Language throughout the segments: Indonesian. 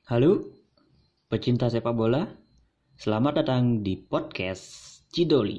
Halo, pecinta sepak bola. Selamat datang di podcast Cidoli.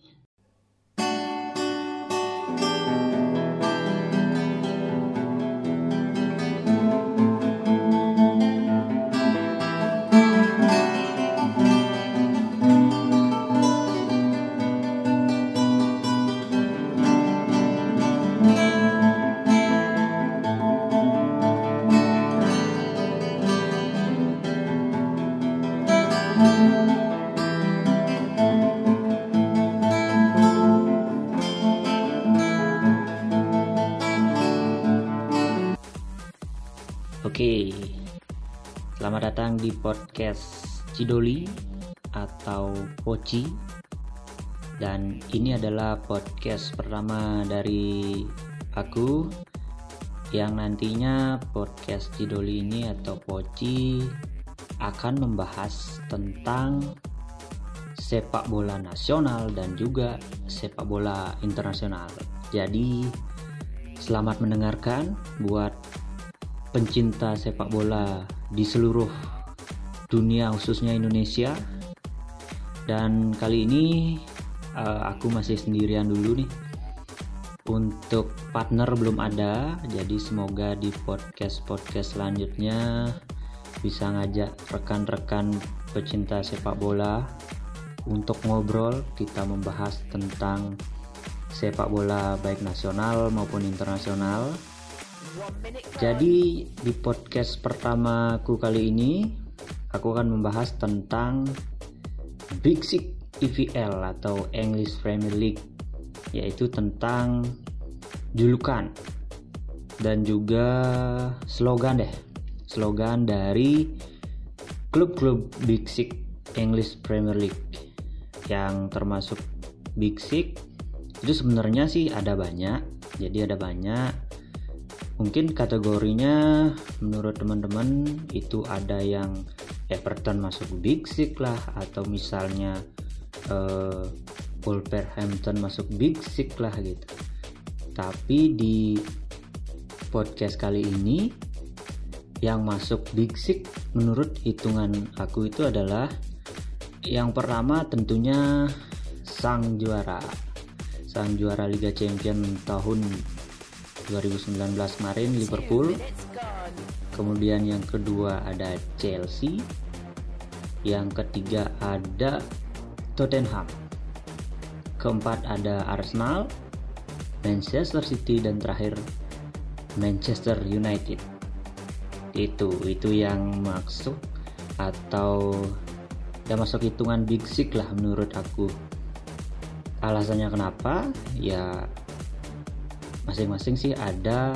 Oke, selamat datang di podcast Cidoli atau Poci. Dan ini adalah podcast pertama dari aku, yang nantinya podcast Cidoli ini atau Poci akan membahas tentang sepak bola nasional dan juga sepak bola internasional. Jadi selamat mendengarkan buat pencinta sepak bola di seluruh dunia, khususnya Indonesia. Dan kali ini aku masih sendirian dulu nih. Untuk partner belum ada, jadi semoga di podcast selanjutnya bisa ngajak rekan-rekan pecinta sepak bola untuk ngobrol. Kita membahas tentang sepak bola baik nasional maupun internasional. Jadi di podcast pertamaku kali ini aku akan membahas tentang Big Six EPL atau English Premier League, yaitu tentang julukan dan juga slogan dari klub-klub Big Six English Premier League. Yang termasuk Big Six itu sebenarnya sih ada banyak. Jadi ada banyak. Mungkin kategorinya menurut teman-teman itu ada yang Everton masuk Big Six lah, atau misalnya Wolverhampton masuk Big Six lah gitu. Tapi di podcast kali ini yang masuk Big Six menurut hitungan aku itu adalah yang pertama tentunya sang juara Liga Champions tahun 2019 kemarin, Liverpool. Kemudian yang kedua ada Chelsea, yang ketiga ada Tottenham, keempat ada Arsenal, Manchester City, dan terakhir Manchester United. Itu yang masuk atau udah masuk hitungan Big Six lah menurut aku. Alasannya kenapa? Ya masing-masing sih ada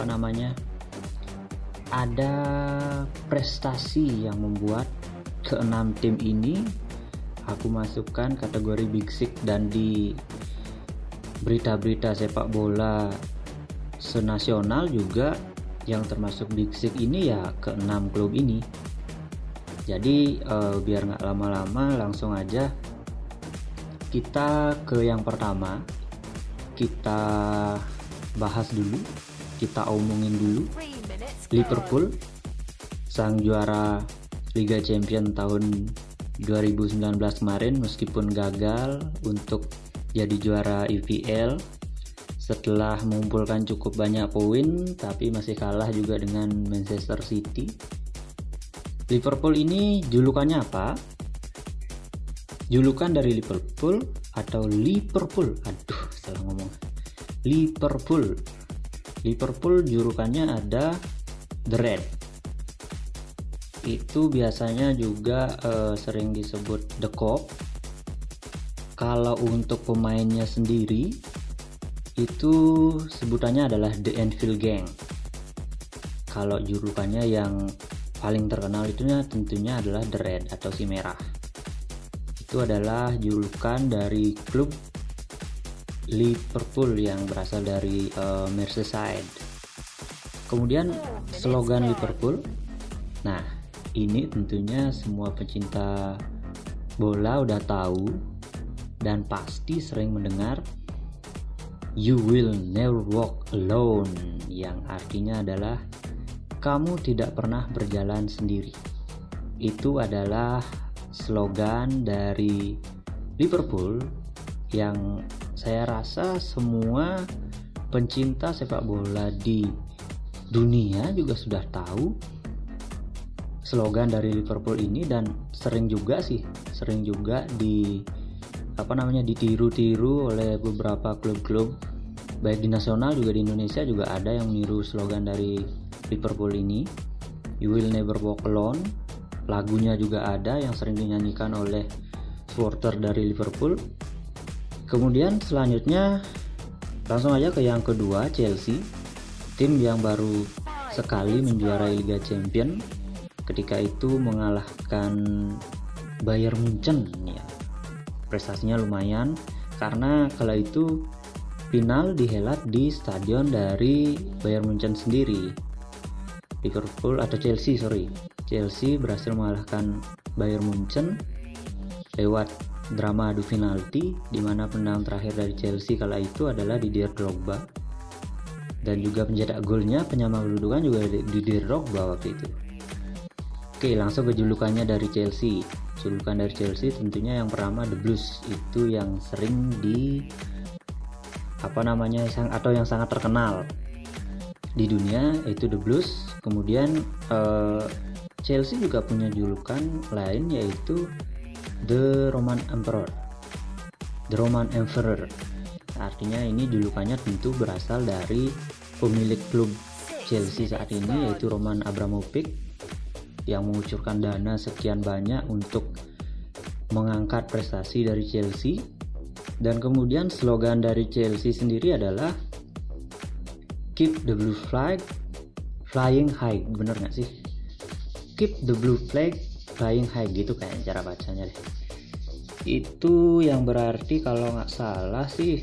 ada prestasi yang membuat keenam tim ini aku masukkan kategori Big Six. Dan di berita-berita sepak bola senasional juga yang termasuk Big Six ini ya keenam klub ini. Jadi biar nggak lama-lama langsung aja kita ke yang pertama. Kita bahas dulu, kita omongin dulu Liverpool, sang juara Liga Champions tahun 2019 kemarin, meskipun gagal untuk jadi juara EPL setelah mengumpulkan cukup banyak poin, tapi masih kalah juga dengan Manchester City. Liverpool ini julukannya apa? Julukan dari Liverpool atau Liverpool, salah ngomong. Liverpool julukannya ada The Red. Itu biasanya juga sering disebut The Cop. Kalau untuk pemainnya sendiri itu sebutannya adalah The Anfield Gang. Kalau julukannya yang paling terkenal itunya tentunya adalah The Red atau si merah. Itu adalah julukan dari klub Liverpool yang berasal dari Merseyside. Kemudian slogan Liverpool. Nah, ini tentunya semua pecinta bola udah tahu dan pasti sering mendengar You will never walk alone, yang artinya adalah kamu tidak pernah berjalan sendiri. itu adalah slogan dari Liverpool yang saya rasa semua pencinta sepak bola di dunia juga sudah tahu slogan dari Liverpool ini, dan sering juga ditiru-tiru oleh beberapa klub-klub baik di nasional juga di Indonesia juga ada yang meniru slogan dari Liverpool ini. You will never walk alone. Lagunya juga ada yang sering dinyanyikan oleh supporter dari Liverpool. Kemudian selanjutnya langsung aja ke yang kedua, Chelsea, tim yang baru sekali menjuarai Liga Champions, ketika itu mengalahkan Bayern Munchen ya. Prestasinya lumayan karena kala itu final dihelat di stadion dari Bayern Munchen sendiri. Chelsea berhasil mengalahkan Bayern Munchen lewat drama adu penalti, di mana penendang terakhir dari Chelsea kala itu adalah Didier Drogba, dan juga pencetak golnya penyama kedudukan juga Didier Drogba waktu itu. Oke, langsung ke julukannya dari Chelsea. Julukan dari Chelsea tentunya yang pertama The Blues, itu yang sering yang sangat terkenal di dunia, yaitu The Blues. Kemudian Chelsea juga punya julukan lain, yaitu The Roman Emperor. Artinya ini julukannya tentu berasal dari pemilik klub Chelsea saat ini, yaitu Roman Abramovich, yang mengucurkan dana sekian banyak untuk mengangkat prestasi dari Chelsea. Dan kemudian slogan dari Chelsea sendiri adalah Keep the Blue Flag Flying High. Bener gak sih? Keep the Blue Flag Flying High, gitu kayak cara bacanya deh. Itu yang berarti kalau gak salah sih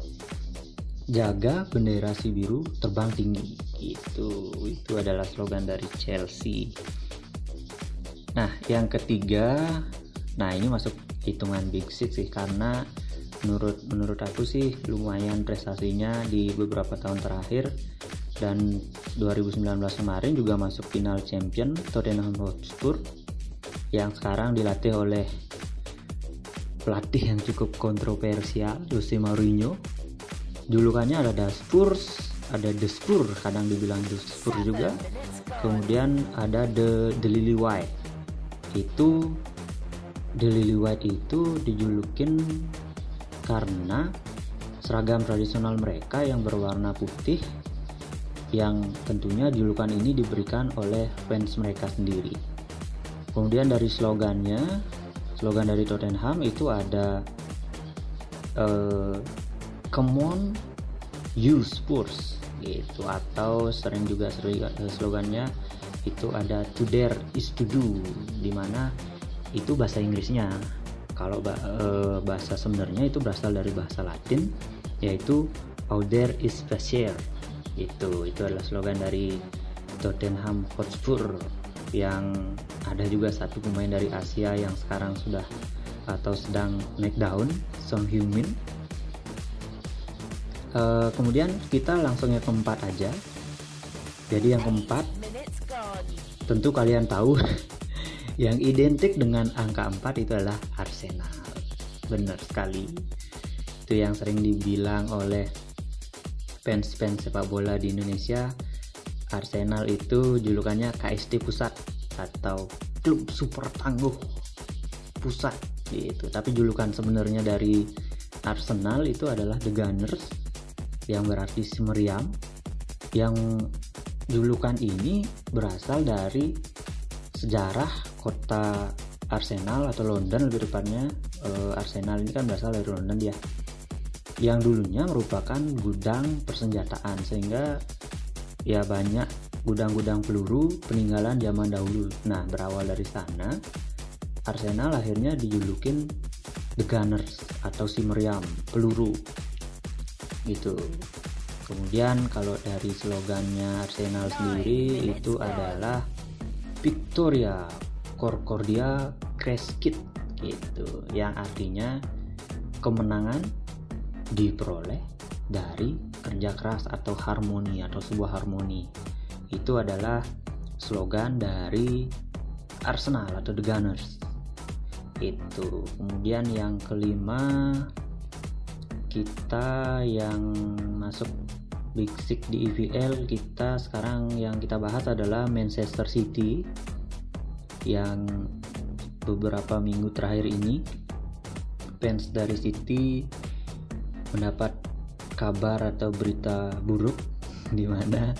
jaga bendera si biru terbang tinggi gitu. Itu adalah slogan dari Chelsea. Nah, yang ketiga, ini masuk hitungan Big Six sih, karena menurut aku sih lumayan prestasinya di beberapa tahun terakhir, dan 2019 kemarin juga masuk final champion Tottenham Hotspur yang sekarang dilatih oleh pelatih yang cukup kontroversial, Jose Mourinho. Julukannya ada Spurs, ada The Spurs, kadang dibilang The Spurs juga. Kemudian ada The Lily White. Itu The Lily White itu dijulukin karena seragam tradisional mereka yang berwarna putih, yang tentunya julukan ini diberikan oleh fans mereka sendiri. Kemudian dari slogan dari Tottenham itu ada Come on you Spurs gitu, atau sering juga slogannya itu ada To dare is to do, dimana itu bahasa Inggrisnya. Kalau bahasa sebenarnya itu berasal dari bahasa Latin, yaitu Audaire is facere. Itu adalah slogan dari Tottenham Hotspur, yang ada juga satu pemain dari Asia yang sekarang sudah atau sedang naik daun, Son Heung-min. Kemudian kita langsung yang keempat aja. Jadi yang keempat tentu kalian tahu yang identik dengan angka 4 itu adalah Arsenal. Benar sekali. Itu yang sering dibilang oleh fans sepak bola di Indonesia. Arsenal itu julukannya KST Pusat atau Klub Super Tangguh Pusat gitu. Tapi julukan sebenarnya dari Arsenal itu adalah The Gunners, yang berarti si meriam. Yang julukan ini berasal dari sejarah kota Arsenal atau London lebih tepatnya. Arsenal ini kan berasal dari London dia, yang dulunya merupakan gudang persenjataan, sehingga ya banyak gudang-gudang peluru peninggalan zaman dahulu. Nah, berawal dari sana Arsenal akhirnya dijulukin The Gunners atau si meriam peluru gitu. Kemudian kalau dari slogannya Arsenal sendiri itu adalah Victoria Concordia Crescit gitu, yang artinya kemenangan diperoleh dari kerja keras atau harmoni atau sebuah harmoni. Itu adalah slogan dari Arsenal atau The Gunners. Itu. Kemudian yang kelima, kita yang masuk Big Six di EPL, kita sekarang yang kita bahas adalah Manchester City, yang beberapa minggu terakhir ini fans dari City mendapat kabar atau berita buruk di mana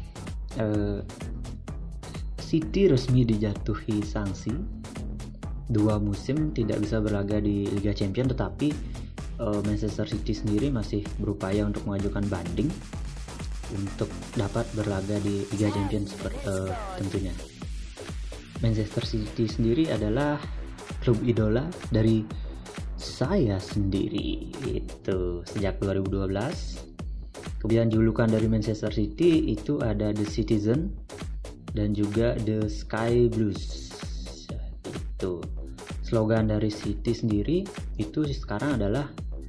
City resmi dijatuhi sanksi 2 musim tidak bisa berlaga di Liga Champions, tetapi Manchester City sendiri masih berupaya untuk mengajukan banding untuk dapat berlaga di Liga Champions tentunya. Manchester City sendiri adalah klub idola dari saya sendiri itu sejak 2012. Kemudian julukan dari Manchester City itu ada The Citizen dan juga The Sky Blues. Itu slogan dari City sendiri itu sekarang adalah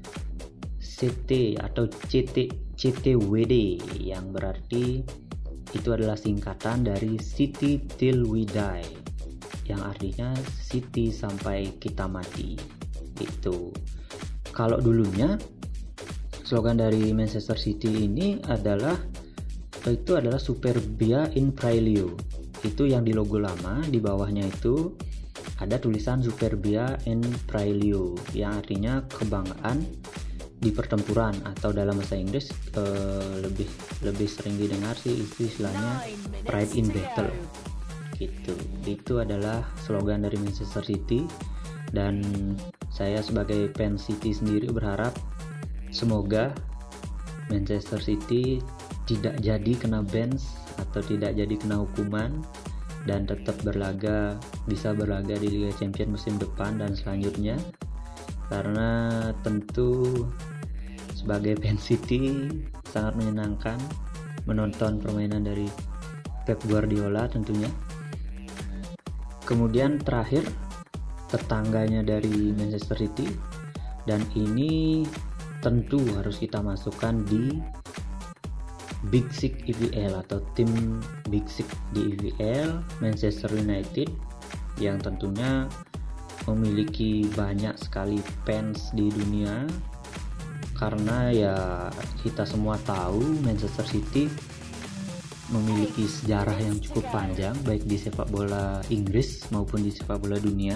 CT atau CTWD, yang berarti itu adalah singkatan dari City Till We Die, yang artinya City sampai kita mati. Itu kalau dulunya slogan dari Manchester City ini adalah Superbia in Praelio. Itu yang di logo lama, di bawahnya itu ada tulisan Superbia in Praelio, yang artinya kebanggaan di pertempuran, atau dalam bahasa Inggris lebih sering didengar sih istilahnya Pride in Battle. Gitu. Itu adalah slogan dari Manchester City, dan saya sebagai fans City sendiri berharap semoga Manchester City tidak jadi kena bans atau tidak jadi kena hukuman dan tetap bisa berlaga di Liga Champions musim depan dan selanjutnya, karena tentu sebagai fans City sangat menyenangkan menonton permainan dari Pep Guardiola tentunya. Kemudian terakhir, tetangganya dari Manchester City, dan ini tentu harus kita masukkan di Big Six EPL atau tim Big Six di EPL, Manchester United, yang tentunya memiliki banyak sekali fans di dunia, karena ya kita semua tahu Manchester City memiliki sejarah yang cukup panjang baik di sepak bola Inggris maupun di sepak bola dunia.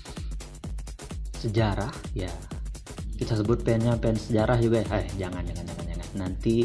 Sejarah ya, kita sebut fans sejarah juga ya. Jangan nanti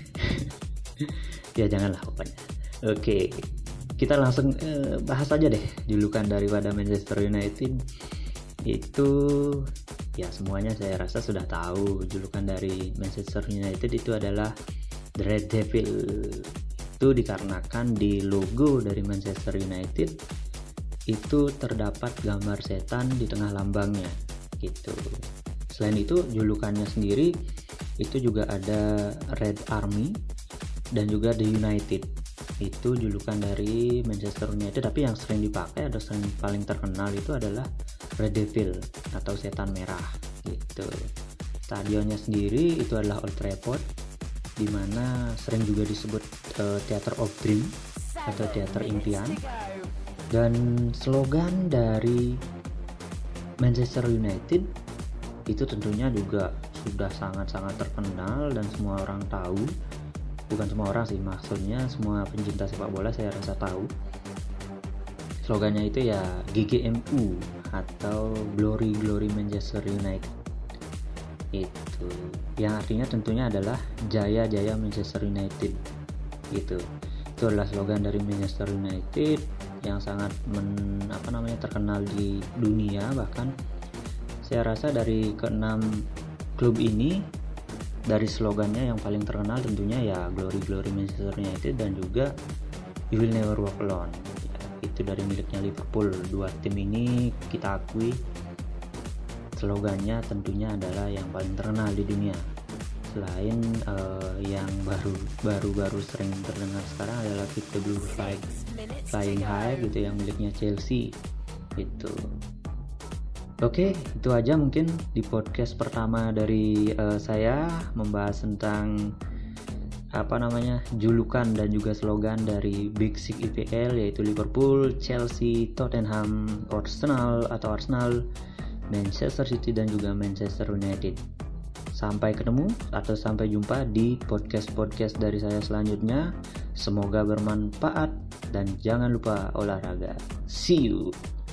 ya janganlah pokoknya. Oke, kita langsung bahas aja deh julukan daripada Manchester United. Itu ya semuanya saya rasa sudah tahu. Julukan dari Manchester United itu adalah The Red Devil. Itu dikarenakan di logo dari Manchester United itu terdapat gambar setan di tengah lambangnya gitu. Selain itu julukannya sendiri itu juga ada Red Army dan juga The United. Itu julukan dari Manchester United, tapi yang sering dipakai atau sering paling terkenal itu adalah Red Devil atau setan merah gitu. Stadionnya sendiri itu adalah Old Trafford, di mana sering juga disebut Theatre of Dream atau teater impian. Dan slogan dari Manchester United itu tentunya juga sudah sangat-sangat terkenal dan semua orang tahu. Bukan semua orang sih, maksudnya semua pencinta sepak bola saya rasa tahu. Slogannya itu ya GGMU atau Glory Glory Manchester United. Itu yang artinya tentunya adalah Jaya Jaya Manchester United gitu. Itu adalah slogan dari Manchester United yang sangat terkenal di dunia. Bahkan saya rasa dari keenam klub ini, dari slogannya yang paling terkenal tentunya ya Glory Glory Manchester United dan juga You Will Never Walk Alone ya, itu dari miliknya Liverpool. Dua tim ini kita akui slogannya tentunya adalah yang paling terkenal di dunia. Selain yang baru sering terdengar sekarang adalah Keep the Blue Flag Flying High gitu yang miliknya Chelsea gitu. Oke, itu aja mungkin di podcast pertama dari saya membahas tentang julukan dan juga slogan dari Big Six IPL, yaitu Liverpool, Chelsea, Tottenham, Arsenal, Manchester City dan juga Manchester United. Sampai ketemu atau sampai jumpa di podcast dari saya selanjutnya. Semoga bermanfaat dan jangan lupa olahraga. See you.